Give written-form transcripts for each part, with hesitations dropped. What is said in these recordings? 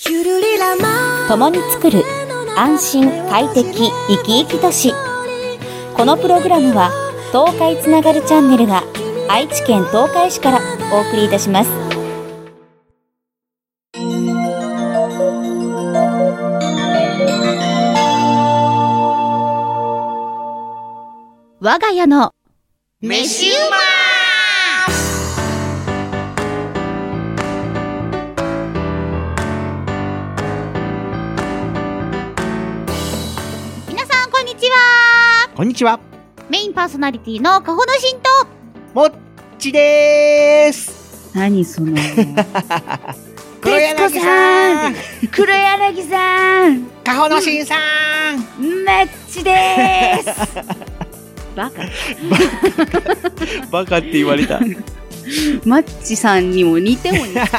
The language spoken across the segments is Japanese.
共に作る安心快適生き生き都市。このプログラムは東海つながるチャンネルが愛知県東海市からお送りいたします。我が家の飯うま。皆さんこんにちは。 こんにちは。 メインパーソナリティのかほのしんともっちでーす。 何その黒柳さん、 黒柳さん、 かほのしんさん、 めっちでーす。バカバカって言われた。 マッチさんにも似ても似て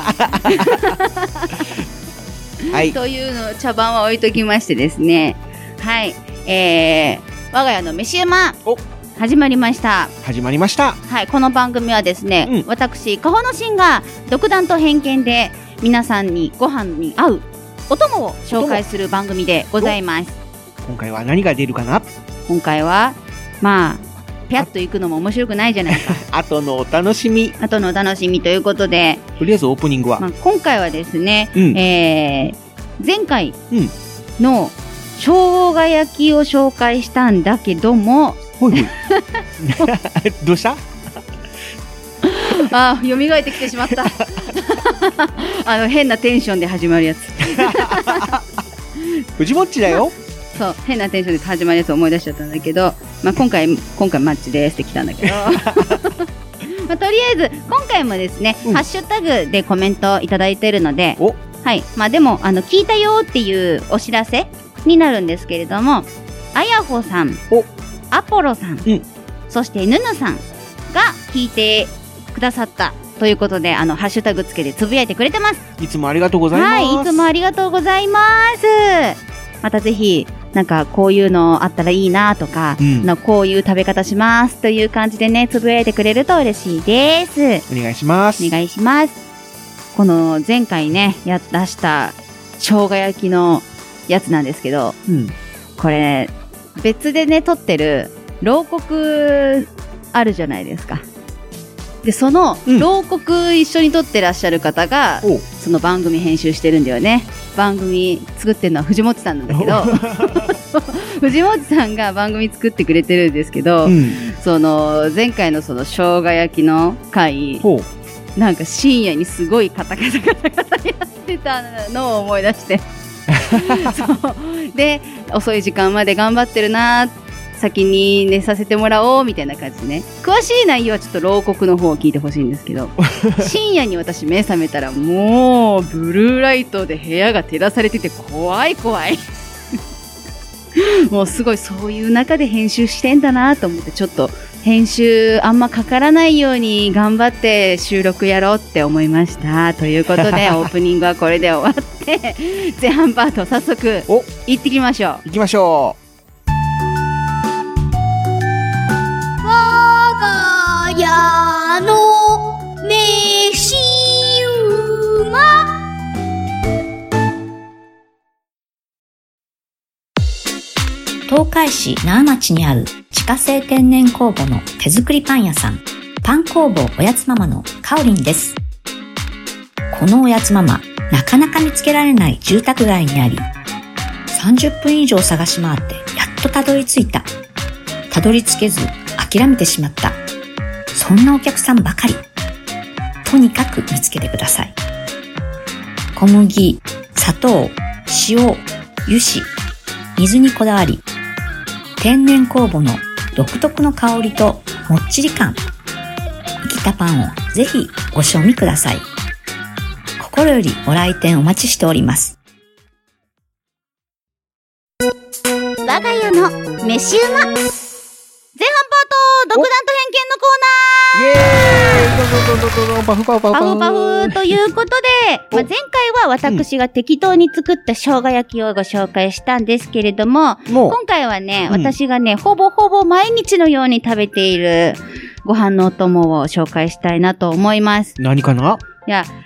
はい。 というの茶番は置いときましてですね。はい、我が家の飯うま始まりました。 始まりました。 はい、この番組はですね、私かほのしんが独断と偏見で皆さんにご飯に合うお供を紹介する番組でございます。 今回は何が出るかな。 今回はまあピャッと行くのも面白くないじゃないか。 後のお楽しみ。 後のお楽しみということで、 とりあえずオープニングは、 今回はですね、前回の生姜焼きを紹介したんだけども、 ほいほいどうした？ あ、蘇ってきてしまった。変なテンションで始まるやつ。 藤もっちだよ。 そう、変なテンションで始まるやつを思い出しちゃったんだけど、今回マッチですって来たんだけどとりあえず今回もですね、ハッシュタグでコメントいただいているので、はい、でも聞いたよっていうお知らせになるんですけれども、あやほさん、アポロさん、そしてぬぬさんが聞いてくださったということで、ハッシュタグつけてつぶやいてくれてます。 いつもありがとうございます。 はい、いつもありがとうございます。またぜひなんかこういうのあったらいいなとか、こういう食べ方しますという感じでね、つぶやいてくれると嬉しいです。 お願いします。 お願いします。この前回ね出した生姜焼きのやつなんですけど、これ別でね撮ってる牢獄あるじゃないですか。でその牢獄一緒に撮ってらっしゃる方が、その番組編集してるんだよね。番組作ってるのは藤本さんなんだけど藤本さんが番組作ってくれてるんですけど、その前回のその生姜焼きの回、なんか深夜にすごいカタカタカタカタやってたのを思い出してそうで、遅い時間まで頑張ってるな、先に寝させてもらおうみたいな感じでね。詳しい内容はちょっと牢獄の方を聞いてほしいんですけど深夜に私目覚めたらもうブルーライトで部屋が照らされてて怖い怖いもうすごい、そういう中で編集してんだなと思って、ちょっと編集あんまかからないように頑張って収録やろうって思いました。ということでオープニングはこれで終わって前半パート早速行ってきましょう。 行きましょう。 我が家の飯うま。東海市那覇町にある自家製天然酵母の手作りパン屋さん、パン工房おやつママのかおりんです。このおやつママ、なかなか見つけられない住宅街にあり、30分以上探し回ってやっとたどり着いた。たどり着けず諦めてしまった。そんなお客さんばかり。とにかく見つけてください。小麦、砂糖、塩、油脂、水にこだわり、天然酵母の独特の香りともっちり感、生きたパンをぜひご賞味ください。心よりご来店お待ちしております。我が家の飯うま。前半パート、独断と偏見のコーナー。 イエーイ、パフパフパフパフパフということで、前回は私が適当に作った生姜焼きをご紹介したんですけれども、今回はね、私がね、ほぼほぼ毎日のように食べているご飯のお供を紹介したいなと思います。 何かな？ いや、結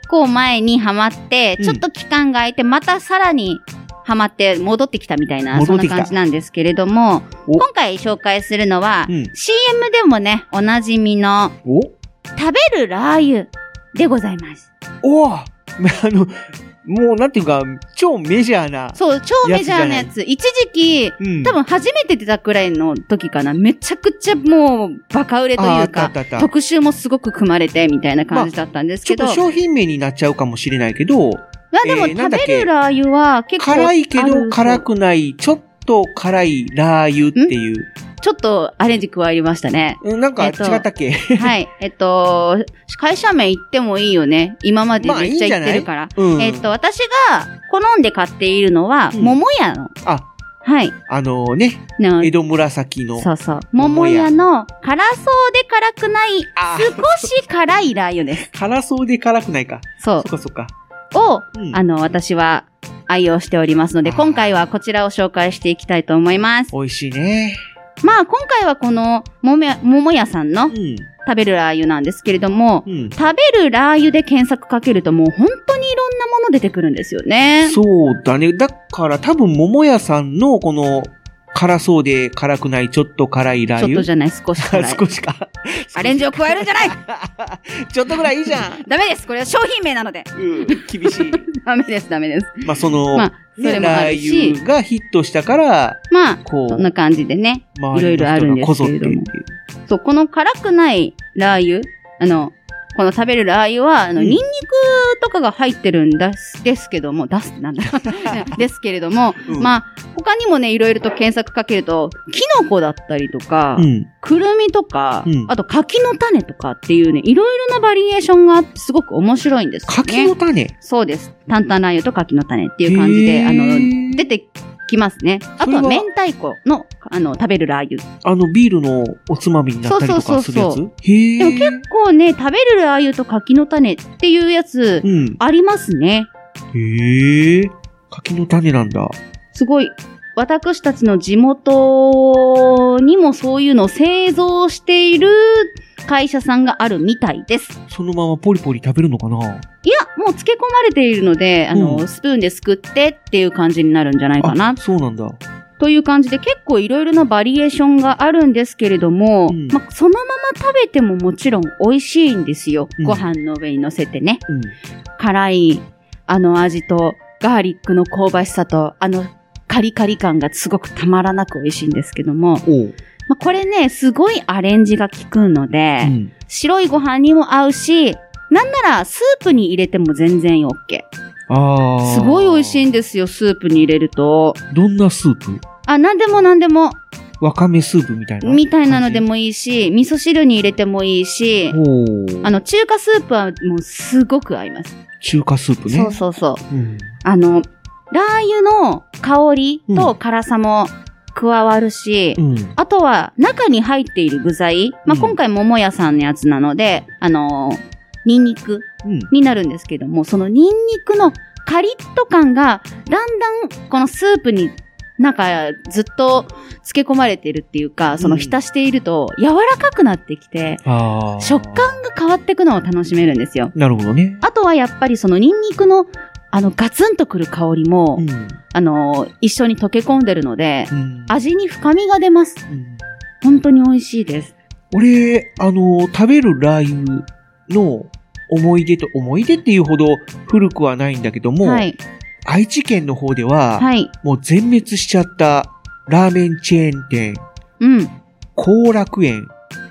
構前にハマって、 うんちょっと期間が空いて、またさらにハマって戻ってきたみたいな、そんな感じなんですけれども、 お今回紹介するのは、 うん CM でもね、おなじみのお食べるラー油でございます。 おもうなんていうか、超メジャーな。 そう、超メジャーなやつ。一時期、 うん多分初めて出たくらいの時かな。めちゃくちゃもうバカ売れというあっか、 た特集もすごく組まれてみたいな感じだったんですけど。 ちょっと商品名になっちゃうかもしれないけど、 でもなんだっけ食べるラー油は結構辛いけどある辛くない、ちょっと辛いラー油っていう。 ちょっとアレンジ加えましたね。 なんか違ったっけ、 はい。会社名言ってもいいよね。今までめっちゃ言ってるから。 うん。 私が好んで買っているのは、 うん桃屋の。 あ、 はい。の江戸紫の。 そうそう。桃屋の辛そうで辛くない、 あ少し辛いラー油です。 辛そうで辛くないか。 そそっかそっか。 う。を、 うん私は愛用しておりますので、 あー今回はこちらを紹介していきたいと思います。 美味しいね。 まあ、今回はこの桃屋さんのうん。 食べるラー油なんですけれども、 うん。 食べるラー油で検索かけるともう本当にいろんなもの出てくるんですよね。 そうだね。だから多分桃屋さんのこの辛そうで辛くないちょっと辛いラー油。 ちょっとじゃない、少し辛い。 少しか。 アレンジを加えるんじゃないちょっとぐらいいいじゃん。 ダメです。これは商品名なので。 うん。厳しい。 ダメです、ダメです。 まあその、 まあ、それもあラるしー、油がヒットしたから、 まあ、 こう、 そんな感じでね。 周りの人がいろいろあるんですけれどもこぞってっていうそう、この辛くないラー油、この食べるラー油は、ニンニクとかが入ってるんですけども、出すってなんだですけれども、 うんまあ、他にもね、いろいろと検索かけると、キノコだったりとか、 うん。 くるみとか、 うんあと柿の種とかっていうね、いろいろなバリエーションがあってすごく面白いんですよね。 柿の種。 そうです。担々ラー油と柿の種っていう感じで、 へー出てきますね。あとは明太子の、食べるラー油。 ビールのおつまみになったりとかするやつ。 そうそうそうへえ。 でも結構ね、食べるラー油と柿の種っていうやつ、 うん。 ありますね。 へえ。柿の種なんだ。 すごい。私たちの地元にもそういうのを製造している会社さんがあるみたいです。 そのままポリポリ食べるのかないや、もう漬け込まれているので、 うんスプーンですくってっていう感じになるんじゃないかな。 そうなんだ。 という感じで結構いろいろなバリエーションがあるんですけれども、 うんまあ、そのまま食べてももちろん美味しいんですよ。 うんご飯の上に乗せてね。 うん。 辛い味とガーリックの香ばしさとカリカリ感がすごくたまらなく美味しいんですけども、 おう。 まあ、これね、すごいアレンジが効くので、 うん。 白いご飯にも合うし、なんならスープに入れても全然 OK。 ああ。 すごい美味しいんですよ、スープに入れると。 どんなスープ？ なんでもなんでも、 わかめスープみたいな。 みたいなのでもいいし、味噌汁に入れてもいいし、 おう。 中華スープはもうすごく合います。 中華スープね。 そうそうそう。 うん。 ラー油の香りと辛さも加わるし、 うん。 あとは中に入っている具材、まあ、 うん今回桃屋さんのやつなので、ニンニクうん。 になるんですけども、そのニンニクのカリッと感がだんだんこのスープになんかずっと漬け込まれているっていうか、その浸していると柔らかくなってきて、 ああ。 食感が変わっていくのを楽しめるんですよ。 なるほどね。 あとはやっぱりそのニンニクのガツンとくる香りも、 うん。 一緒に溶け込んでるので、 うん。 味に深みが出ます。 うん本当に美味しいです。 俺、食べるラー油の思い出っていうほど古くはないんだけども、 はい。 愛知県の方では、 はい。 もう全滅しちゃったラーメンチェーン店、 うん。 後楽園。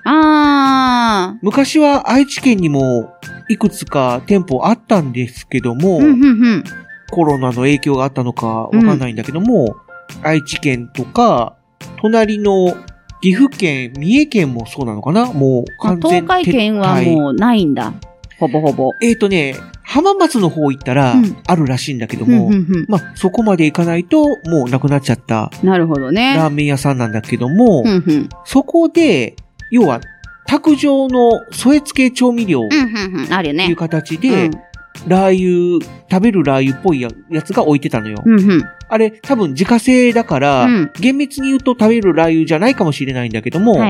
昔は愛知県にもいくつか店舗あったんですけども、コロナの影響があったのかわかんないんだけども、愛知県とか、隣の岐阜県、三重県もそうなのかな、もう完全東海圏はもうないんだ。ほぼほぼ。 浜松の方行ったらあるらしいんだけども、まあ、そこまで行かないともうなくなっちゃった。 なるほどね。 ラーメン屋さんなんだけども、そこで、要は、卓上の添え付け調味料あるよね。 っていう形で、ラー油、食べるラー油っぽいやつが置いてたのよ。あれ、多分自家製だから、厳密に言うと食べるラー油じゃないかもしれないんだけども、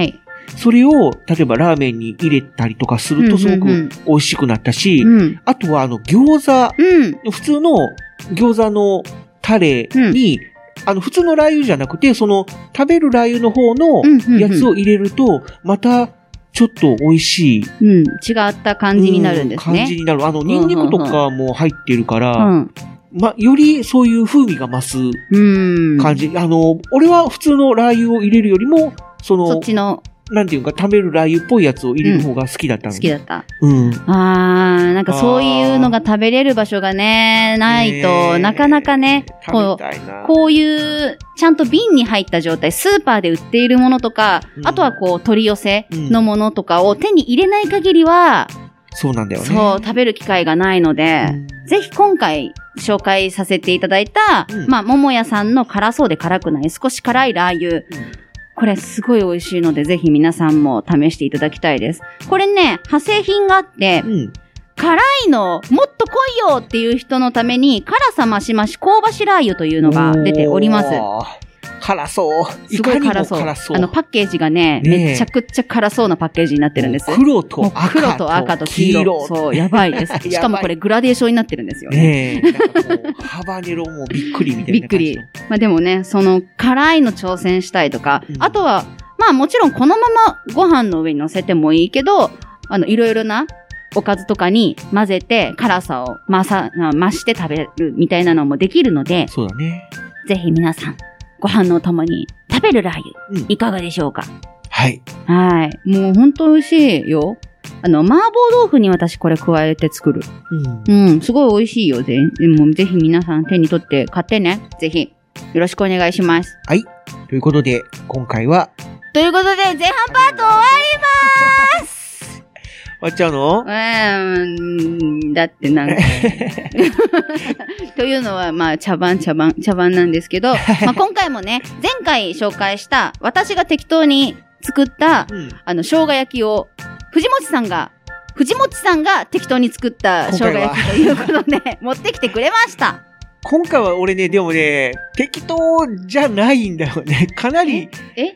それを、例えばラーメンに入れたりとかするとすごく美味しくなったし、あとは餃子、普通の餃子のタレに、普通のラー油じゃなくて、食べるラー油の方のやつを入れると、また、ちょっと美味しい。 違った感じになるんですね。 感じになる。ニンニクとかも入ってるから、よりそういう風味が増す感じ。俺は普通のラー油を入れるよりも、 そっちの、 なんていうか、食べるラー油っぽいやつを入れる方が好きだったの。 好きだった。なんかそういうのが食べれる場所がね、ないと、なかなかね、こういう、ちゃんと瓶に入った状態、スーパーで売っているものとか、あとは取り寄せのものとかを手に入れない限りは、 そうなんだよね。 そう、食べる機会がないので、ぜひ今回紹介させていただいた、桃屋さんの辛そうで辛くない、少し辛いラー油。これすごい美味しいので、ぜひ皆さんも試していただきたいです。これね、派生品があって、辛いの、もっと来いよっていう人のために、辛さ増し増し香ばしラー油というのが出ております。 辛そう。 すごい辛そう。パッケージがね、めちゃくちゃ辛そうなパッケージになってるんです。 黒と赤と黄色。そう、やばいです。しかもこれグラデーションになってるんですよね。 ハバネロもびっくりみたいな。 びっくり。でもね、辛いの挑戦したいとか、あとは、もちろんこのままご飯の上に乗せてもいいけど、いろいろなおかずとかに混ぜて辛さを増して食べるみたいなのもできるので、 そうだね。 ぜひ皆さん、ご飯のお供に食べるラー油、いかがでしょうか？ はい。 はい。もうほんと美味しいよ。麻婆豆腐に私これ加えて作る。すごい美味しいよ。ぜひ皆さん手に取って買ってね。ぜひ、よろしくお願いします。 はい。ということで、今回は。 ということで、前半パート終わります終わっちゃうの？ だってなんか。というのは、茶番なんですけど、今回もね、前回紹介した、私が適当に作った、生姜焼きを、藤持さんが適当に作った生姜焼きということで、持ってきてくれました。 今回は俺ね、でもね、適当じゃないんだよね。かなり、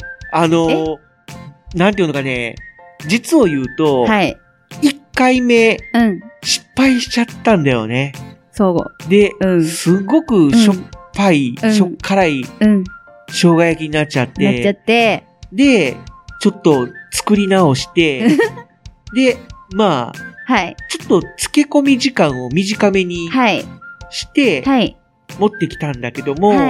なんていうのかね、実を言うと、1回目、失敗しちゃったんだよね。 そう。 で、すごくしょっぱい、しょっ辛い、生姜焼きになっちゃって、で、ちょっと作り直して、で、ちょっと漬け込み時間を短めにして、持ってきたんだけども、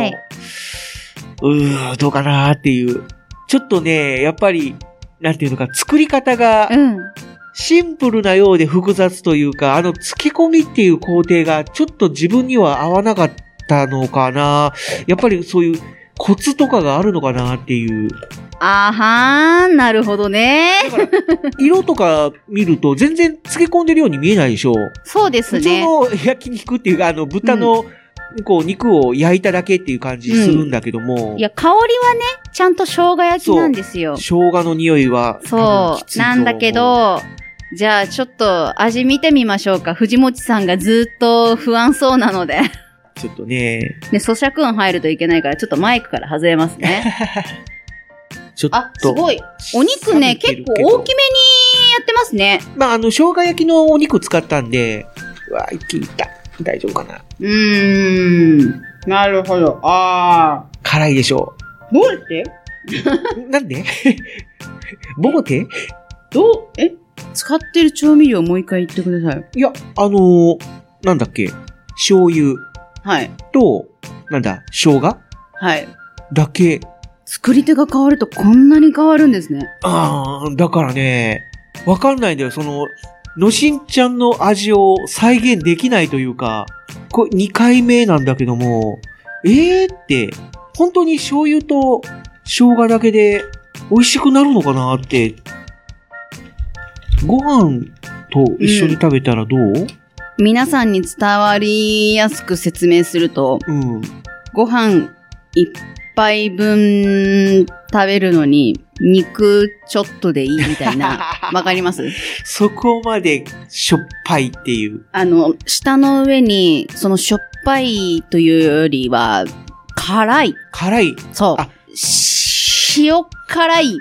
どうかなーっていう。ちょっとね、やっぱり、なんていうのか、作り方が、シンプルなようで複雑というか、漬け込みっていう工程がちょっと自分には合わなかったのかな。やっぱりそういうコツとかがあるのかなっていう。 なるほどね。 だから色とか見ると全然漬け込んでるように見えないでしょ。 そうですね。 普通の焼肉っていうか、豚の、肉を焼いただけっていう感じするんだけども。 いや、香りはね、ちゃんと生姜焼きなんですよ。 生姜の匂いは。 そう。なんだけど、じゃあちょっと味見てみましょうか。藤持さんがずっと不安そうなので。 ちょっとね。 咀嚼音入るといけないから、ちょっとマイクから外れますね。 ちょっと。 すごい。お肉ね、結構大きめにやってますね。 生姜焼きのお肉使ったんで、一気にいった。大丈夫かな。 なるほど。 辛いでしょう。どうしてなんでボーテ使ってる調味料もう一回言ってください。 いや、なんだっけ、醤油。と、生姜だけ。 作り手が変わるとこんなに変わるんですね。 だからね、わかんないんだよ。のしんちゃんの味を再現できないというか、これ2回目なんだけども、って、本当に醤油と生姜だけで美味しくなるのかなって、ご飯と一緒に食べたらどう？ 皆さんに伝わりやすく説明すると、ご飯一杯分食べるのに肉ちょっとでいいみたいな、わかります？ そこまでしょっぱいっていう。 舌の上に、そのしょっぱいというよりは、辛い。 辛い。 そう。塩辛い。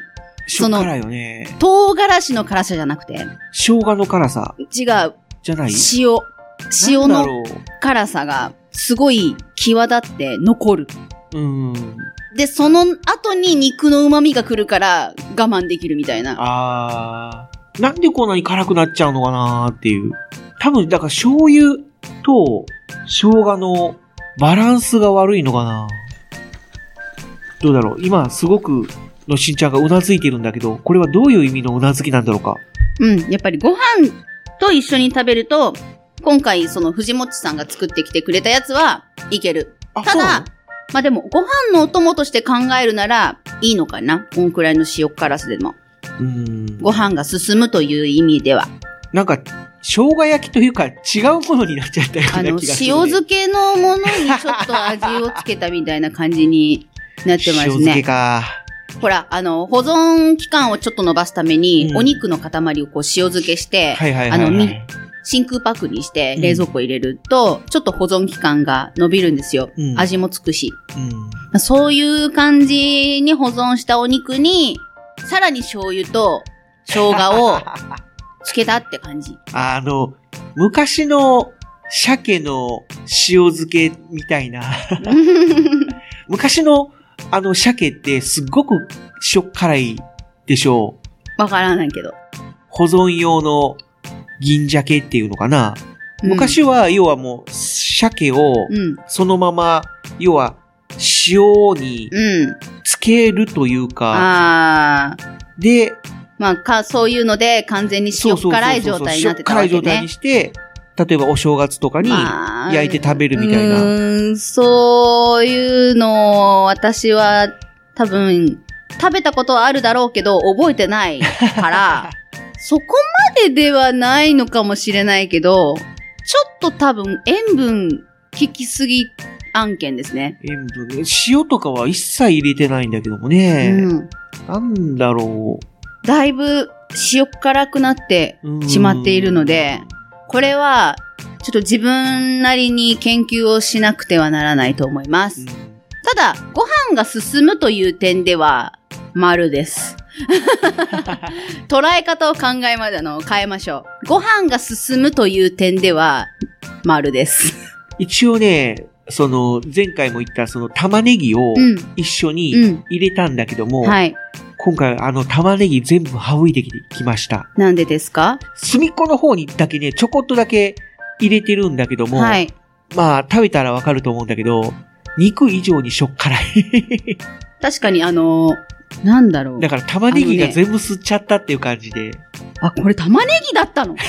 塩辛いよね。 唐辛子の辛さじゃなくて。 生姜の辛さ。 違う。 じゃない？ 塩の辛さがすごい際立って残る。で、その後に肉の旨味が来るから我慢できるみたいな。 なんでこんなに辛くなっちゃうのかなーっていう。多分、だから醤油と生姜のバランスが悪いのかな。どうだろう。今すごくのしんちゃんがうなずいてるんだけど、これはどういう意味のうなずきなんだろうか。 やっぱりご飯と一緒に食べると、今回その藤本さんが作ってきてくれたやつはいける。ただ、まあでもご飯のお供として考えるならいいのかな。こんくらいの塩辛さでも。ご飯が進むという意味では。 なんか、生姜焼きというか違うものになっちゃったような気がする、ね。 塩漬けのものにちょっと味をつけたみたいな感じになってますね。塩漬けか。 ほら、保存期間をちょっと伸ばすために、お肉の塊をこう塩漬けして、真空パックにして冷蔵庫入れると、ちょっと保存期間が伸びるんですよ。味もつくし、そういう感じに保存したお肉に、さらに醤油と生姜をつけたって感じ。 昔の鮭の塩漬けみたいな。昔の鮭ってすっごく塩辛いでしょう。 わからないけど。 保存用の銀鮭っていうのかな。昔は要はもう鮭をそのまま、要は塩につけるというか、で、 まあそういうので完全に塩辛い状態になってたわけね。 塩辛い状態にして、例えばお正月とかに焼いて食べるみたいな。 そういうのを私は多分食べたことはあるだろうけど覚えてないから、そこまでではないのかもしれないけど、ちょっと多分塩分効きすぎ案件ですね。 塩分ね。塩とかは一切入れてないんだけどもね。なんだろう。 だいぶ塩辛くなってしまっているので、これはちょっと自分なりに研究をしなくてはならないと思います。ただ、ご飯が進むという点では、丸です。捉え方を変えましょう。ご飯が進むという点では、丸です。 一応ね、前回も言った玉ねぎを一緒に入れたんだけども、今回玉ねぎ全部省いてきました。 なんでですか？ 隅っこの方にだけね、ちょこっとだけ入れてるんだけども、まあ食べたらわかると思うんだけど、肉以上にしょっ辛い。確かになんだろう。 だから玉ねぎが全部吸っちゃったっていう感じで。 これ玉ねぎだったの？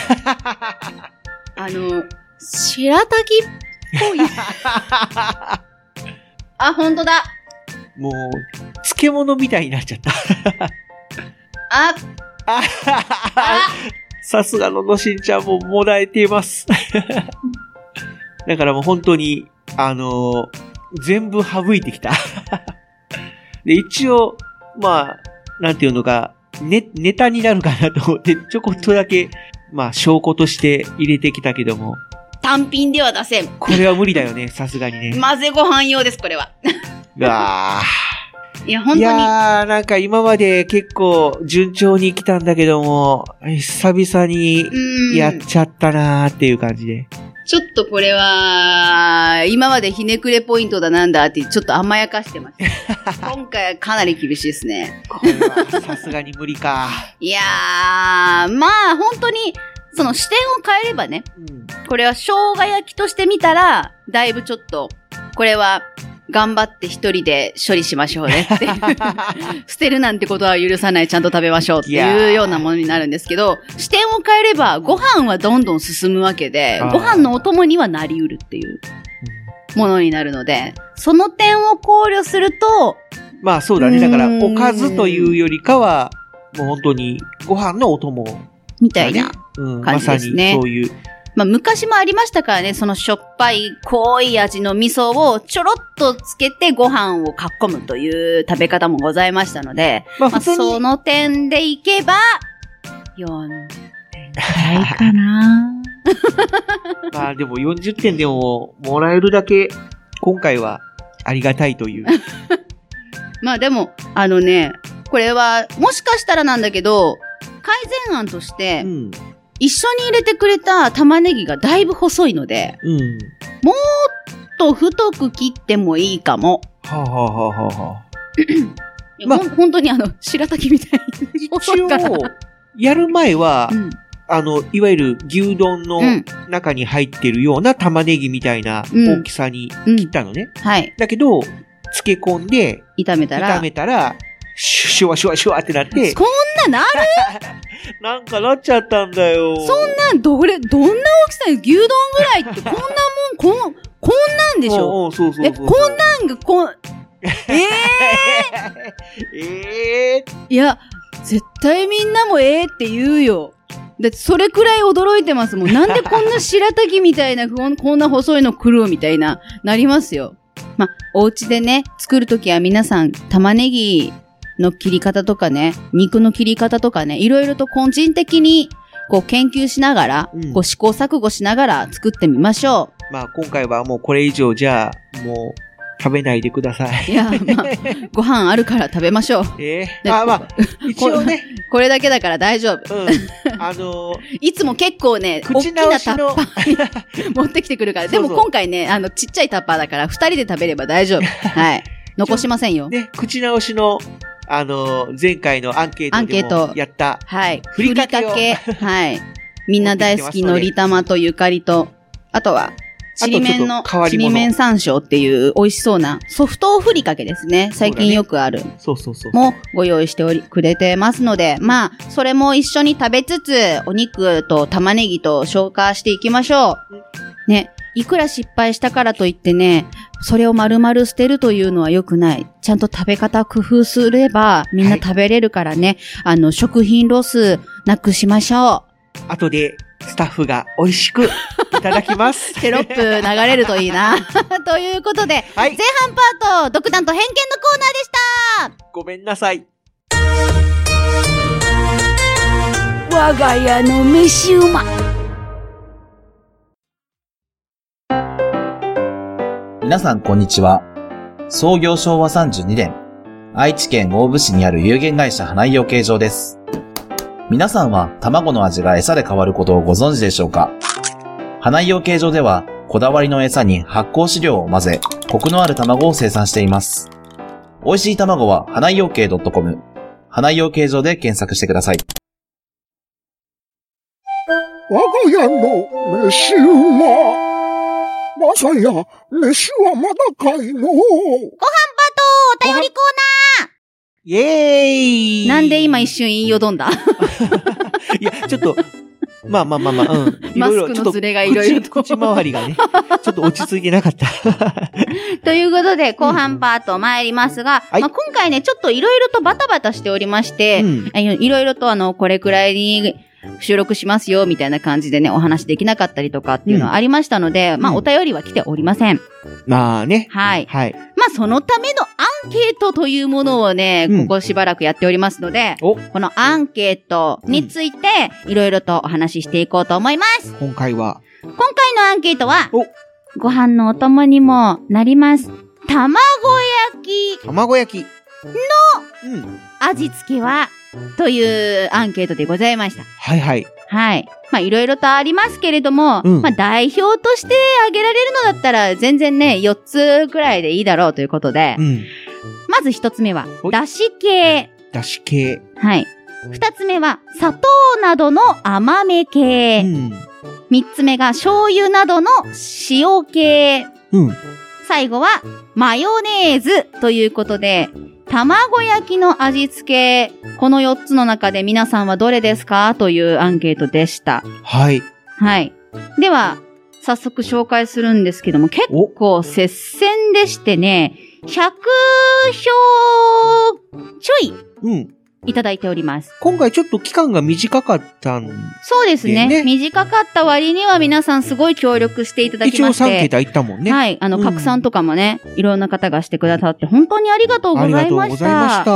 白滝っぽい。ほんとだ。 もう、漬物みたいになっちゃった。さすがのしんちゃんももらえています。だからもう本当に、全部省いてきた。で、一応、まあ、なんていうのか、ネタになるかなと思って、ちょこっとだけ、まあ、証拠として入れてきたけども。 単品では出せん。 これは無理だよね、さすがにね。 混ぜご飯用です、これは。いや、本当に。 なんか今まで結構順調に来たんだけども、久々にやっちゃったなーっていう感じで。 ちょっとこれは、今までひねくれポイントだなんだってちょっと甘やかしてます。今回はかなり厳しいですね。 これはさすがに無理か。 いやー、まあ本当に、その視点を変えればね、これは生姜焼きとして見たら、だいぶちょっと、これは頑張って一人で処理しましょうねっていう。捨てるなんてことは許さない、ちゃんと食べましょうっていうようなものになるんですけど、視点を変えればご飯はどんどん進むわけで、ご飯のお供にはなりうるっていうものになるので、その点を考慮すると、 まあそうだね。だからおかずというよりかは、もう本当にご飯のお供、 みたいな感じですね。 まさにそういう。 まあ昔もありましたからね、そのしょっぱい濃い味の味噌をちょろっとつけてご飯をかっこむという食べ方もございましたので、まあその点でいけば、40点くらいかな。 まあでも40点でももらえるだけ今回はありがたいという。 まあでもこれは、もしかしたらなんだけど、改善案として、一緒に入れてくれた玉ねぎがだいぶ細いので、もっと太く切ってもいいかも。 はあ、はあはあはあ、本当に白滝みたいに。 一応、やる前は、いわゆる牛丼の中に入ってるような玉ねぎみたいな大きさに切ったのね。 はい。 だけど、漬け込んで、 炒めたら、 シュワシュワシュワってなって。 こんななるなんかなっちゃったんだよ。 そんなん、どんな大きさで牛丼ぐらいってこんなもん、こんなんでしょ。 そう。 こんなんが、いや、絶対みんなもって言うよ。だってそれくらい驚いてますもん。なんでこんな白滝みたいな、こんな細いの来るみたいな、なりますよ。お家でね、作るときは皆さん、玉ねぎの切り方とかね、肉の切り方とかね、いろいろと個人的に、研究しながら、試行錯誤しながら作ってみましょう。 今回はもうこれ以上じゃあ、もう、食べないでください。 いや、ご飯あるから食べましょう。 一応ね。 これだけだから大丈夫。いつも結構ね、大きなタッパーに持ってきてくるから。でも今回ね、ちっちゃいタッパーだから、2人で食べれば大丈夫。はい。残しませんよ。 ね、口直しの、前回のアンケートでもやった。 はい。ふりかけ。はい。みんな大好きのり玉とゆかりと、あとは、ちりめん山椒っていう美味しそうなソフトふりかけですね。最近よくある。 そう。 もご用意してくれてますので、それも一緒に食べつつ、お肉と玉ねぎと消化していきましょう。ね。いくら失敗したからといってね、それを丸々捨てるというのは良くない。ちゃんと食べ方工夫すれば、みんな食べれるからね、食品ロスなくしましょう。 後で、スタッフが美味しくいただきます。 テロップ流れるといいな。ということで、前半パート、独断と偏見のコーナーでした。 ごめんなさい。 我が家の飯うま。 皆さんこんにちは。創業昭和32年、愛知県大府市にある有限会社花井養鶏場です。皆さんは卵の味が餌で変わることをご存知でしょうか？花井養鶏場ではこだわりの餌に発酵飼料を混ぜ、コクのある卵を生産しています。美味しい卵は花井養鶏.com、花井養鶏場で検索してください。 我が家の飯は、まさや飯はまだかいの。ご飯パートお便りコーナー。 イエーイ。 なんで今一瞬言いよどんだいや、ちょっと、まあ、 マスクのズレがいろいろと。 口周りがね、ちょっと落ち着いてなかった。 ということで、後半パート参りますが、今回ね、ちょっといろいろとバタバタしておりまして、いろいろとこれくらいに収録しますよ、みたいな感じでね、お話できなかったりとかっていうのはありましたので、お便りは来ておりません。 まあね。 はい。そのためのアンケートというものをね、ここしばらくやっておりますので、このアンケートについて、いろいろとお話ししていこうと思います。 今回のアンケートは、ご飯のお供にもなります。卵焼きの味付けは、というアンケートでございました。 はい。 いろいろとありますけれども、代表として挙げられるのだったら、全然ね、4つくらいでいいだろうということで、まず1つ目は、だし系。はい。2つ目は、砂糖などの甘め系。3つ目が、醤油などの塩系。最後は、マヨネーズということで、卵焼きの味付け、この4つの中で皆さんはどれですかというアンケートでした。 はい。 では、早速紹介するんですけども、結構接戦でしてね、100票ちょい、いただいております。 今回ちょっと期間が短かったんで、 そうですね。短かった割には皆さんすごい協力していただきまして。 一応3桁いったもんね。 はい。拡散とかもね、いろんな方がしてくださって、本当にありがとうございました。ありがとうございました。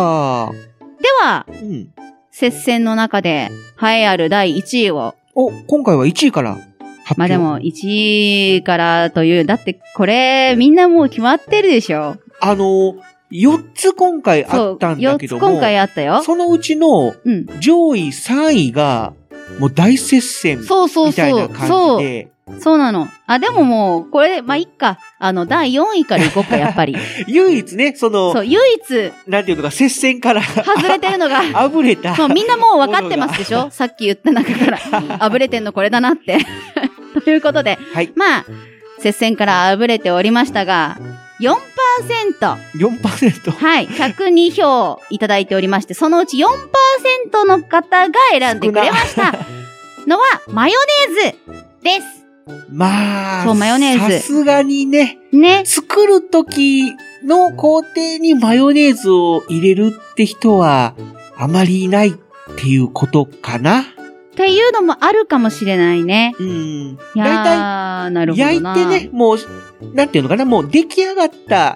では、接戦の中で、栄えある第1位を。 今回は1位から発表。 でも、1位からという、だってこれ、みんなもう決まってるでしょ。 4つ今回あったんだけども。 4つ今回あったよ。 そのうちの上位3位がもう大接戦みたいな感じで。 そうなの。あ、でももう、これ、まあ、いっか。第4位からいこうか、やっぱり。 唯一ね、そう、 唯一。 なんていうのか、接戦から。 外れてるのが。 あぶれた。 そう、みんなもう分かってますでしょさっき言った中から。あぶれてんのこれだなって。ということで。 はい。 まあ、接戦からあぶれておりましたが、4%。 4%。 はい。102票いただいておりまして、そのうち 4% の方が選んでくれましたのは、マヨネーズです。 まあ、 そう、マヨネーズ。 さすがにね、作るときの工程にマヨネーズを入れるって人はあまりいないっていうことかな。 っていうのもあるかもしれないね。 いやー、なるほどな。 焼いてね、もう、なんていうのかな、もう出来上がった、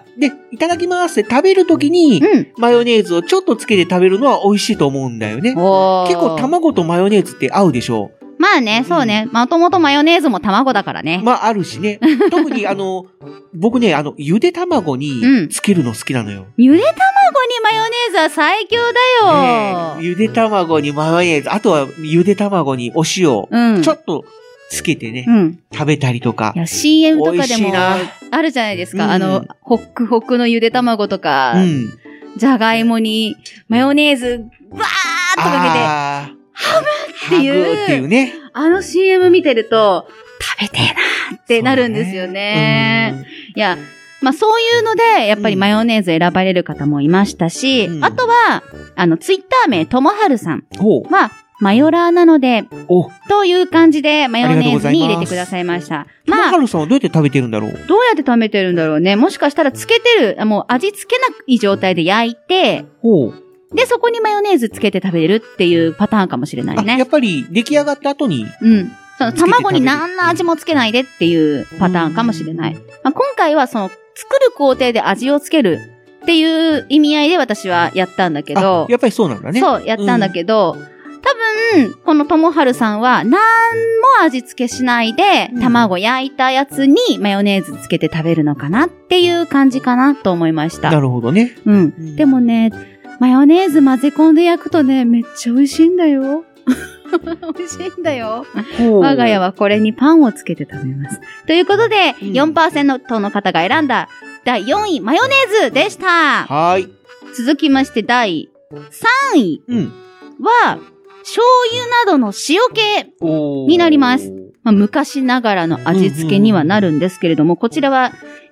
で、いただきますって食べるときに、マヨネーズをちょっとつけて食べるのは美味しいと思うんだよね。結構卵とマヨネーズって合うでしょう。 まあね、そうね。もともとマヨネーズも卵だからね。 まああるしね。特に僕ね、ゆで卵につけるの好きなのよ。 ゆで卵にマヨネーズは最強だよ。 ゆで卵にマヨネーズ、あとはゆで卵にお塩、ちょっとつけてね、食べたりとか。 いや、CM とかでもあるじゃないですか。ホックホクのゆで卵とか、じゃがいもにマヨネーズ、バーっとかけて、ハムっていうね。CM 見てると、食べてえなってなるんですよね。いや、まあそういうので、やっぱりマヨネーズ選ばれる方もいましたし、あとは、ツイッター名、ともはるさんは、マヨラーなので、という感じでマヨネーズに入れてくださいました。 ともはるさんはどうやって食べてるんだろう？ どうやって食べてるんだろうね。もしかしたらつけてる、もう味付けない状態で焼いて、で、そこにマヨネーズつけて食べるっていうパターンかもしれないね。 やっぱり出来上がった後に。 その卵に何の味もつけないでっていうパターンかもしれない。まあ、今回はその作る工程で味をつけるっていう意味合いで私はやったんだけど。 やっぱりそうなんだね。 そう、やったんだけど、多分、このともはるさんは何も味付けしないで、卵焼いたやつにマヨネーズつけて食べるのかなっていう感じかなと思いました。 なるほどね。 でもね、マヨネーズ混ぜ込んで焼くとね、めっちゃ美味しいんだよ。美味しいんだよ。我が家はこれにパンをつけて食べます。ということで、4% の方が選んだ第4位、マヨネーズでした。 はい。 続きまして第3位は、醤油などの塩系になります。まあ、昔ながらの味付けにはなるんですけれども、こちらは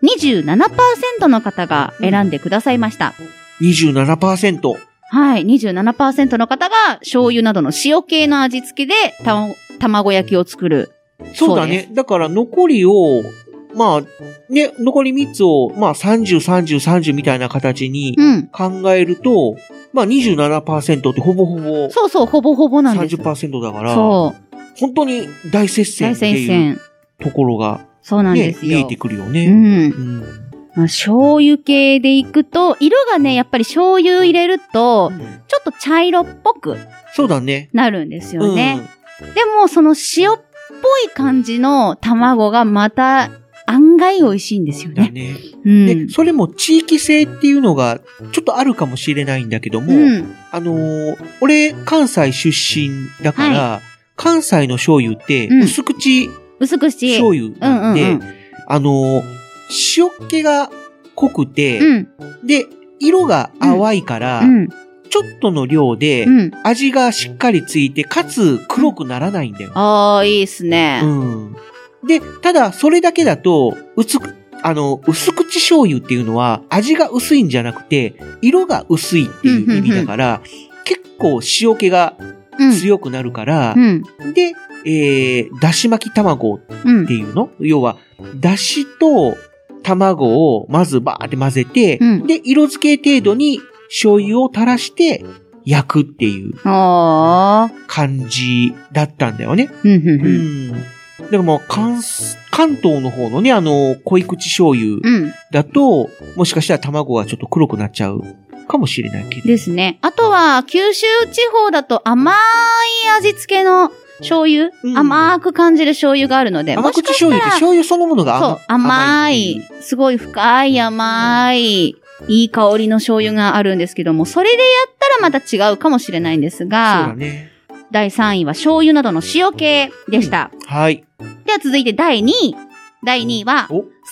27% の方が選んでくださいました。 27%。 はい、27% の方が醤油などの塩系の味付けで卵焼きを作る。 そうだね。だから残りを、まあ、ね、残り3つを、まあ30、30、30みたいな形に考えると、まあ 27% ってほぼほぼ。 そうそう、ほぼほぼなんです。 30% だから。そう。本当に大接戦っていうところが、 そうなんですよ。 見えてくるよね。 まあ、醤油系でいくと、色がね、やっぱり醤油入れると、ちょっと茶色っぽく。 そうだね。 なるんですよね。でも、その塩っぽい感じの卵がまた案外美味しいんですよね。だね。 で、それも地域性っていうのがちょっとあるかもしれないんだけども、俺、関西出身だから、関西の醤油って薄口醤油なんで、塩気が濃くて、で、色が淡いから、ちょっとの量で、味がしっかりついて、かつ黒くならないんだよ。 ああ、いいっすね。 で、ただ、それだけだと、薄口醤油っていうのは、味が薄いんじゃなくて、色が薄いっていう意味だから、結構塩気が強くなるから、で、だし巻き卵っていうの、要は、だしと卵をまずバーって混ぜて、で、色付け程度に醤油を垂らして焼くっていう感じだったんだよね。でも関東の方のね、濃い口醤油だと、もしかしたら卵がちょっと黒くなっちゃうかもしれないけど。 ですね。あとは、九州地方だと甘い味付けの醤油、甘く感じる醤油があるので。 甘口醤油って醤油そのものがそう、甘い。すごい深い甘いいい香りの醤油があるんですけども、それでやったらまた違うかもしれないんですが、 そうだね。 第3位は醤油などの塩系でした。 はい。 では続いて第2位。第2位は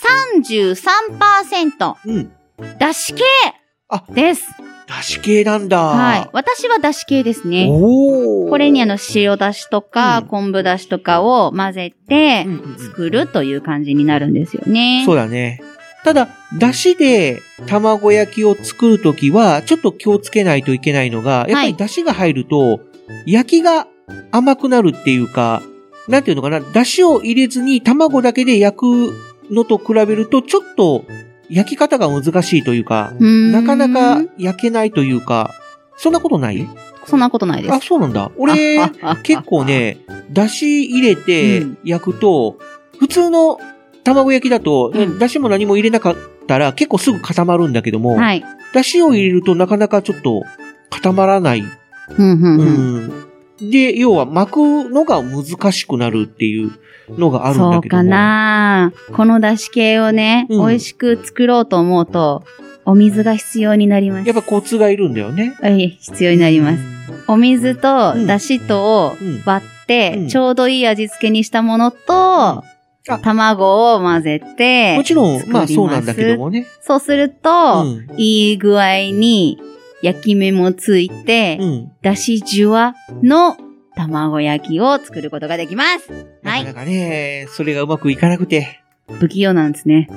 33%、だし系です。 だし系なんだ。 はい。私はだし系ですね。これに塩だしとか、昆布だしとかを混ぜて作るという感じになるんですよね。 そうだね。ただ、だしで卵焼きを作るときは、ちょっと気をつけないといけないのが、やっぱりだしが入ると、焼きが甘くなるっていうか、なんていうのかな、だしを入れずに卵だけで焼くのと比べると、ちょっと焼き方が難しいというか、なかなか焼けないというか、そんなことない？ そんなことないです。 あ、そうなんだ。俺、結構ね、だし入れて焼くと、普通の卵焼きだと、だしも何も入れなかったら結構すぐ固まるんだけども、だしを入れるとなかなかちょっと固まらない。で、要は巻くのが難しくなるっていうのがあるんだけども。そうかな。 このだし系をね、美味しく作ろうと思うと、お水が必要になります。 やっぱコツがいるんだよね。 必要になります。お水とだしとを割って、ちょうどいい味付けにしたものと、卵を混ぜて。 もちろん、まあそうなんだけどもね。 そうすると、いい具合に焼き目もついて、だしじゅわの卵焼きを作ることができます。はい。 なかなかね、それがうまくいかなくて。 不器用なんですね。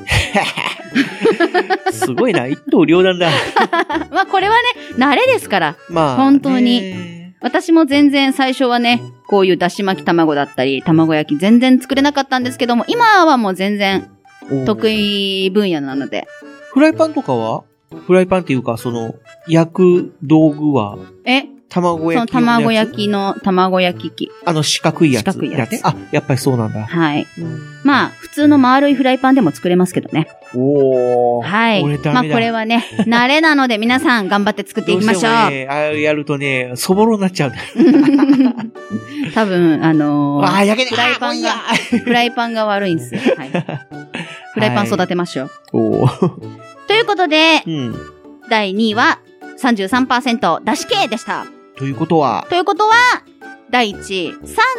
すごいな、一刀両断だ。 まあこれはね、慣れですから。まあ。本当に。私も全然最初はね、こういうだし巻き卵だったり、卵焼き全然作れなかったんですけども、今はもう全然得意分野なので。 フライパンとかは？フライパンっていうか、焼く道具は？卵焼きの卵焼きの卵焼き器。 四角いやつ。 四角いやつ。 あ、やっぱりそうなんだ。 はい。まあ、普通の丸いフライパンでも作れますけどね。はい。まあ、これはね、慣れなので皆さん頑張って作っていきましょう。 あれやるとね、そぼろになっちゃう。 多分、 焼けない。 フライパンが悪いんですよ。はい。フライパン育てましょう。ということで、第2位は 33% だし系でした。 ということは、 第1位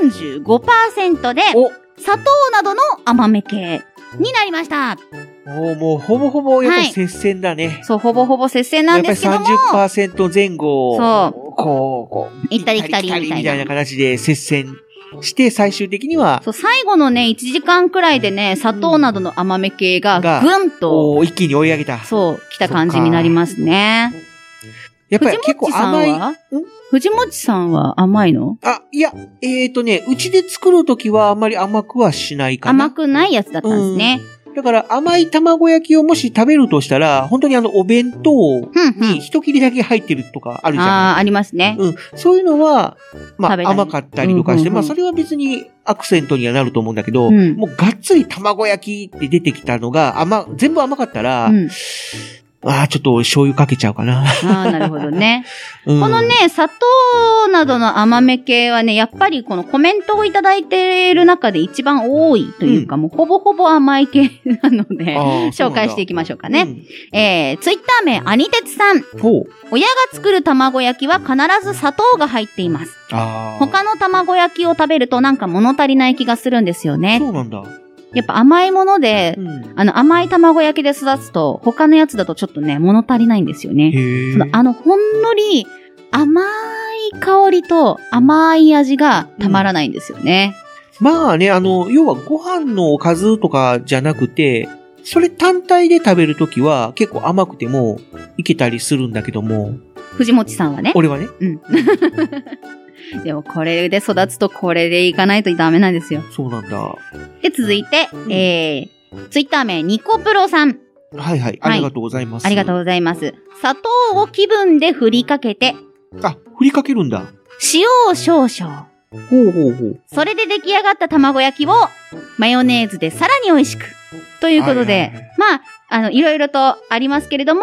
35% で、砂糖などの甘め系になりました。 もうほぼほぼやっぱり接戦だね。 そう、ほぼほぼ接戦なんですけども。 やっぱり 30% 前後、 行ったり来たりみたいな形で接戦して、最終的には。 そう、最後のね、1時間くらいでね、砂糖などの甘め系がぐんと、 一気に追い上げた。 そう、来た感じになりますね。 やっぱり結構甘い。 藤本さんは甘いの？ いや、うちで作るときはあんまり甘くはしないかな。 甘くないやつだったんですね。 だから甘い卵焼きをもし食べるとしたら、本当にお弁当に一切りだけ入ってるとかあるじゃない。 ありますね。 そういうのは、まあ甘かったりとかして、まあそれは別にアクセントにはなると思うんだけど、もうがっつり卵焼きって出てきたのが全部甘かったら、ちょっと醤油かけちゃうかな。 なるほどね。このね、砂糖などの甘め系はね、やっぱりこのコメントをいただいている中で一番多いというか、もうほぼほぼ甘い系なので、紹介していきましょうかね。ツイッター名、アニテツさん。親が作る卵焼きは必ず砂糖が入っています。他の卵焼きを食べるとなんか物足りない気がするんですよね。 そうなんだ。 やっぱ甘いもので、甘い卵焼きで育つと、他のやつだとちょっとね、物足りないんですよね。ほんのり甘い香りと甘い味がたまらないんですよね。 まあね、要はご飯のおかずとかじゃなくて、それ単体で食べるときは結構甘くてもいけたりするんだけども。 藤本さんはね。 俺はね。 でもこれで育つとこれでいかないとダメなんですよ。 そうなんだ。 で、続いて、ツイッター名、ニコプロさん。 はいはい。ありがとうございます。 ありがとうございます。砂糖を気分で振りかけて。 振りかけるんだ。 塩を少々。それで出来上がった卵焼きを、マヨネーズでさらに美味しく。ということで、まあ、いろいろとありますけれども、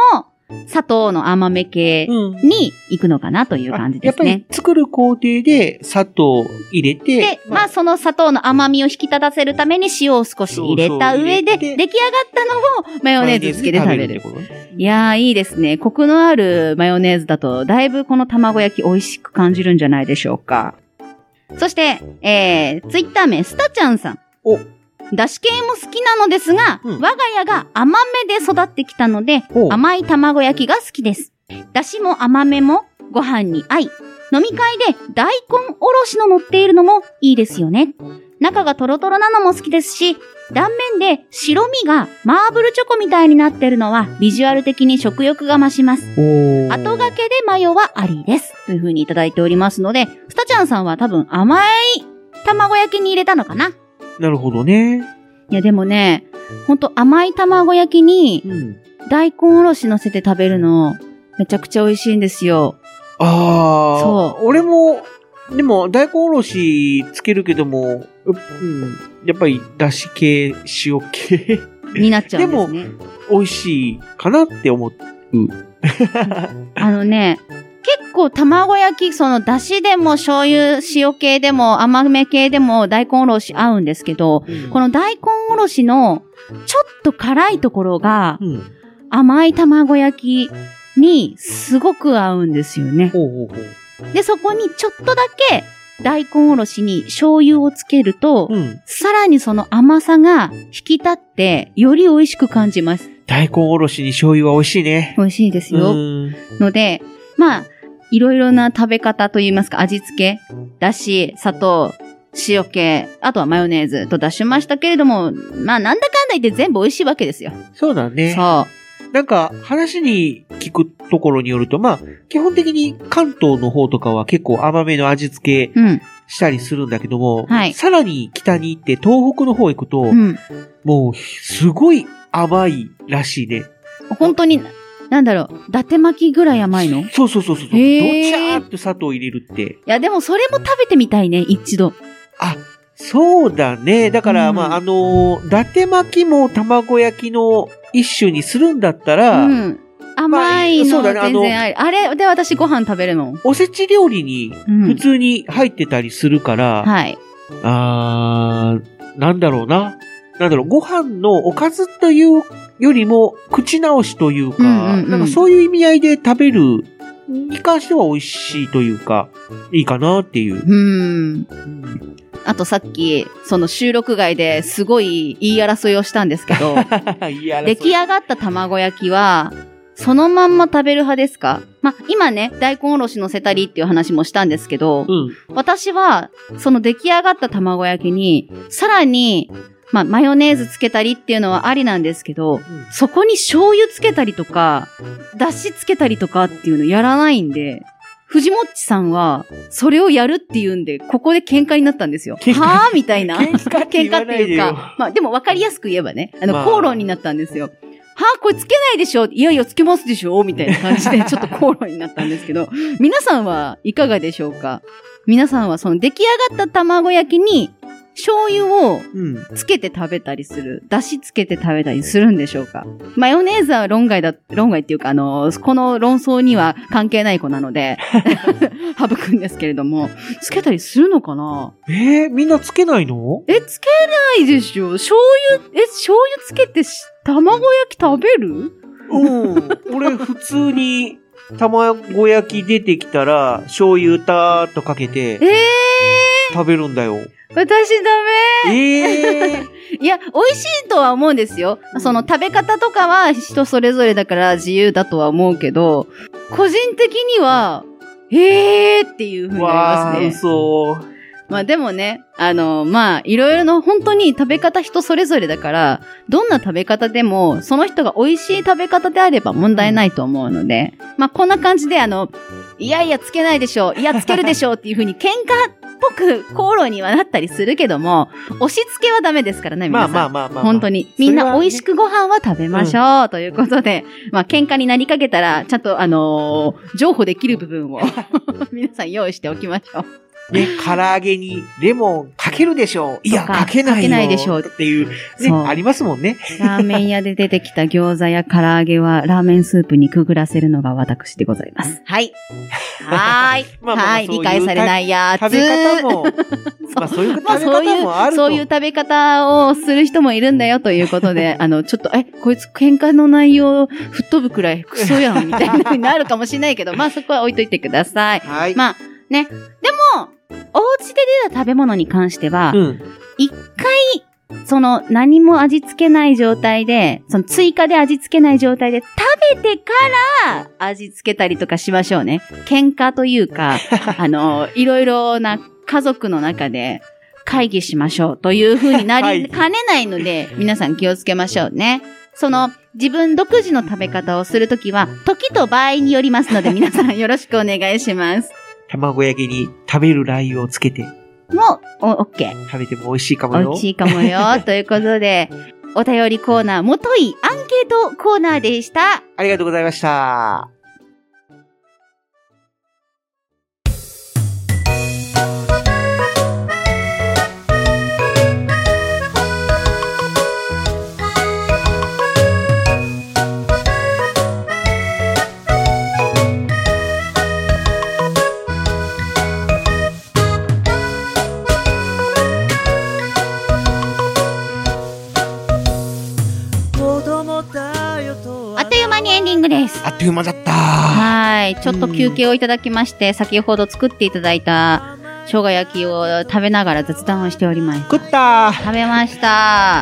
砂糖の甘め系に行くのかなという感じですね。 やっぱり作る工程で砂糖を入れて。 で、まあその砂糖の甘みを引き立たせるために塩を少し入れた上で、出来上がったのをマヨネーズつけて食べる。いやー、いいですね。コクのあるマヨネーズだと、だいぶこの卵焼き美味しく感じるんじゃないでしょうか。そして、ツイッター名、スタちゃんさん。だし系も好きなのですが、我が家が甘めで育ってきたので、甘い卵焼きが好きです。だしも甘めもご飯に合い、飲み会で大根おろしの乗っているのもいいですよね。中がトロトロなのも好きですし、断面で白身がマーブルチョコみたいになっているのはビジュアル的に食欲が増します。後掛けでマヨはありです。という風にいただいておりますので、スタちゃんさんは多分甘い卵焼きに入れたのかな。 なるほどね。 いやでもね、ほんと甘い卵焼きに大根おろし乗せて食べるのめちゃくちゃ美味しいんですよ。 ああ。 そう。 俺も、でも大根おろしつけるけども、やっぱりだし系、塩系になっちゃうんですね。 でも美味しいかなって思う。 結構卵焼き、その出汁でも醤油、塩系でも甘め系でも大根おろし合うんですけど、この大根おろしのちょっと辛いところが、甘い卵焼きにすごく合うんですよね。で、そこにちょっとだけ大根おろしに醤油をつけると、さらにその甘さが引き立ってより美味しく感じます。 大根おろしに醤油は美味しいね。 美味しいですよ。ので、まあ、いろいろな食べ方といいますか、味付け、だし、砂糖、塩系、あとはマヨネーズと出しましたけれども、まあなんだかんだ言って全部美味しいわけですよ。 そうだね。 そう。 なんか、話に聞くところによると、まあ、基本的に関東の方とかは結構甘めの味付けしたりするんだけども、さらに北に行って東北の方行くと、もう、すごい甘いらしいね。 本当に、なんだろう、伊達巻きぐらい甘いの？ そう。どちゃーって砂糖入れるって。いや、でもそれも食べてみたいね、一度。 あ、そうだね。だから、まあ、伊達巻きも卵焼きの一種にするんだったら、 甘いの全然あり。あれで私ご飯食べるもん。 おせち料理に普通に入ってたりするから、なんだろうな。ご飯のおかずというよりも、口直しというか、なんかそういう意味合いで食べるに関しては美味しいというか、いいかなっていう。 あとさっき、その収録外ですごい言い争いをしたんですけど、出来上がった卵焼きは、そのまんま食べる派ですか？まあ、今ね、大根おろし乗せたりっていう話もしたんですけど、私は、その出来上がった卵焼きに、さらに、まあ、マヨネーズつけたりっていうのはありなんですけど、そこに醤油つけたりとか、だしつけたりとかっていうのやらないんで、藤もっちさんは、それをやるっていうんで、ここで喧嘩になったんですよ。はぁみたいな。喧嘩っていうか、まあ、でも分かりやすく言えばね、口論になったんですよ。はぁこれつけないでしょ？いやいや、つけますでしょ？みたいな感じで、ちょっと口論になったんですけど、皆さんはいかがでしょうか？皆さんはその出来上がった卵焼きに、醤油をつけて食べたりする。だしつけて食べたりするんでしょうか？マヨネーズは論外っていうか、この論争には関係ない子なので、省くんですけれども、つけたりするのかな？ みんなつけないの？ つけないでしょ。醤油つけて卵焼き食べる？ 俺普通に卵焼き出てきたら、醤油たーっとかけて、食べるんだよ。 私ダメ。いや、美味しいとは思うんですよ。その食べ方とかは人それぞれだから自由だとは思うけど、個人的には、っていう風になりますね。 そう。 まあでもね、まあいろいろの本当に食べ方人それぞれだから、どんな食べ方でもその人が美味しい食べ方であれば問題ないと思うので、まあこんな感じでいやいやつけないでしょ、いやつけるでしょっていう風に喧嘩っぽく口論にはなったりするけども、押し付けはダメですからね、皆さん。まあ。本当に。みんな美味しくご飯は食べましょう、ということで、まあ喧嘩になりかけたら、ちゃんと譲歩できる部分を皆さん用意しておきましょう。 ね、唐揚げにレモンかけるでしょう。いや、かけないよ。 かけないでしょう。 っていう、ね、ありますもんね。 ラーメン屋で出てきた餃子や唐揚げは、ラーメンスープにくぐらせるのが私でございます。はい。はい。はい。理解されないやつ。 食べ方も、まあそういう食べ方もあると。 そういう食べ方をする人もいるんだよということで、ちょっと、こいつ喧嘩の内容吹っ飛ぶくらいクソやんみたいな風になるかもしれないけど、まあそこは置いといてください。はい。まあね、でも、お家で出た食べ物に関しては、一回、何も味付けない状態で、追加で味付けない状態で食べてから味付けたりとかしましょうね。喧嘩というか、いろいろな家族の中で会議しましょうという風になりかねないので、皆さん気をつけましょうね。自分独自の食べ方をするときは、時と場合によりますので、皆さんよろしくお願いします。 卵焼きに食べるラー油をつけて。 もう、オッケー。 食べても美味しいかもよ。 美味しいかもよ。ということで、お便りコーナー、もといアンケートコーナーでした。 ありがとうございました。あっという間だった。 はい。ちょっと休憩をいただきまして、先ほど作っていただいた生姜焼きを食べながら雑談をしております。 食った食べました。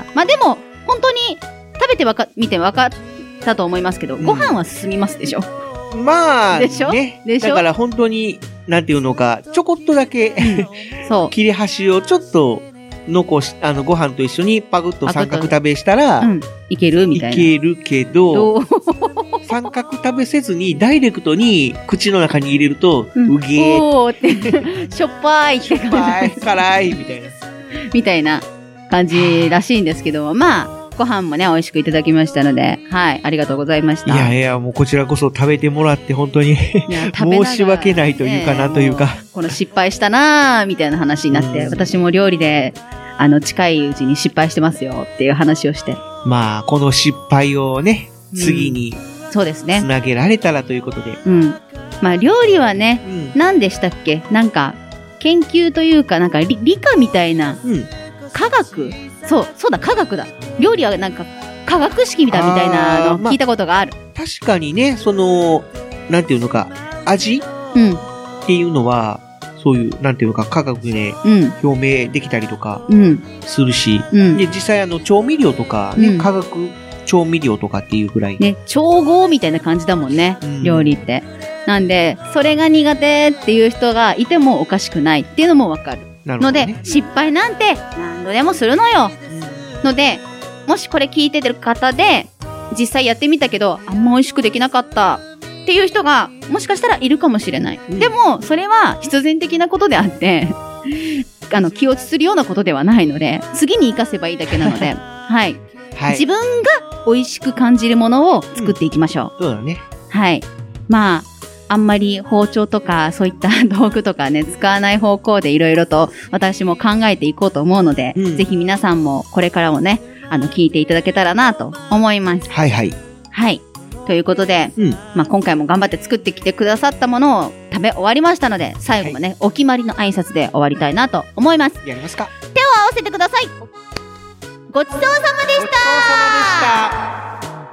まあでも、本当に食べてみて分かったと思いますけど、ご飯は進みますでしょ。 まあ、 でしょ、 ね、でしょ。だから本当に、なんていうのか、ちょこっとだけ、そう。切れ端をちょっと、残し、ご飯と一緒にパクッと三角食べしたら、 いけるみたいな。 いけるけど、三角食べせずにダイレクトに口の中に入れると、うげーおーって、しょっぱいって感じ。 しょっぱい、辛い、みたいな。 みたいな感じらしいんですけど、まあ、ご飯もね、美味しくいただきましたので、はい、ありがとうございました。 いやいや、もうこちらこそ食べてもらって本当に申し訳ないというかなというか。 この失敗したなーみたいな話になって、私も料理で、近いうちに失敗してますよっていう話をして。 まあ、この失敗をね、次に、 そうですね。 つなげられたらということで。 まあ、料理はね、何でしたっけ？なんか、研究というか、なんか理科みたいな、科学？そうだ、科学だ。料理はなんか、科学式みたいなの聞いたことがある。 確かにね、なんていうのか、味っていうのは、そういう、なんていうのか、科学で表明できたりとかするし、で、実際調味料とかね、化学調味料とかっていうぐらい。 ね、調合みたいな感じだもんね、料理って。なんで、それが苦手っていう人がいてもおかしくないっていうのもわかる。ので、失敗なんて何度でもするのよ。ので、もしこれ聞いてる方で、実際やってみたけど、あんま美味しくできなかったっていう人が、もしかしたらいるかもしれない。でも、それは必然的なことであって、気落ちするようなことではないので、次に活かせばいいだけなので、はい。自分が美味しく感じるものを作っていきましょう。 そうだね。 はい。まあ、あんまり包丁とかそういった道具とかね、使わない方向でいろいろと私も考えていこうと思うので、ぜひ皆さんもこれからもね、聞いていただけたらなと思います。 はいはい。 はい。ということで、まあ今回も頑張って作ってきてくださったものを食べ終わりましたので、最後もね、お決まりの挨拶で終わりたいなと思います。 やりますか。 手を合わせてください。ごちそうさまでした。ごちそうさまでした。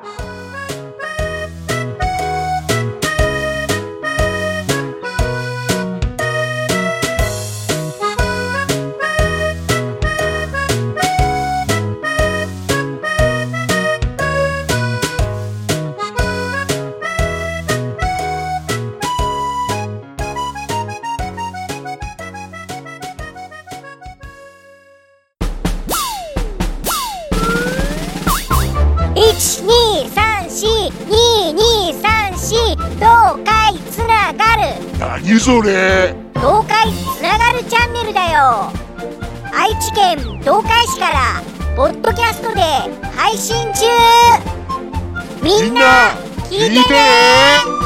何それ？ 東海つながるチャンネルだよ。愛知県東海市からポッドキャストで配信中。みんな聞いてね。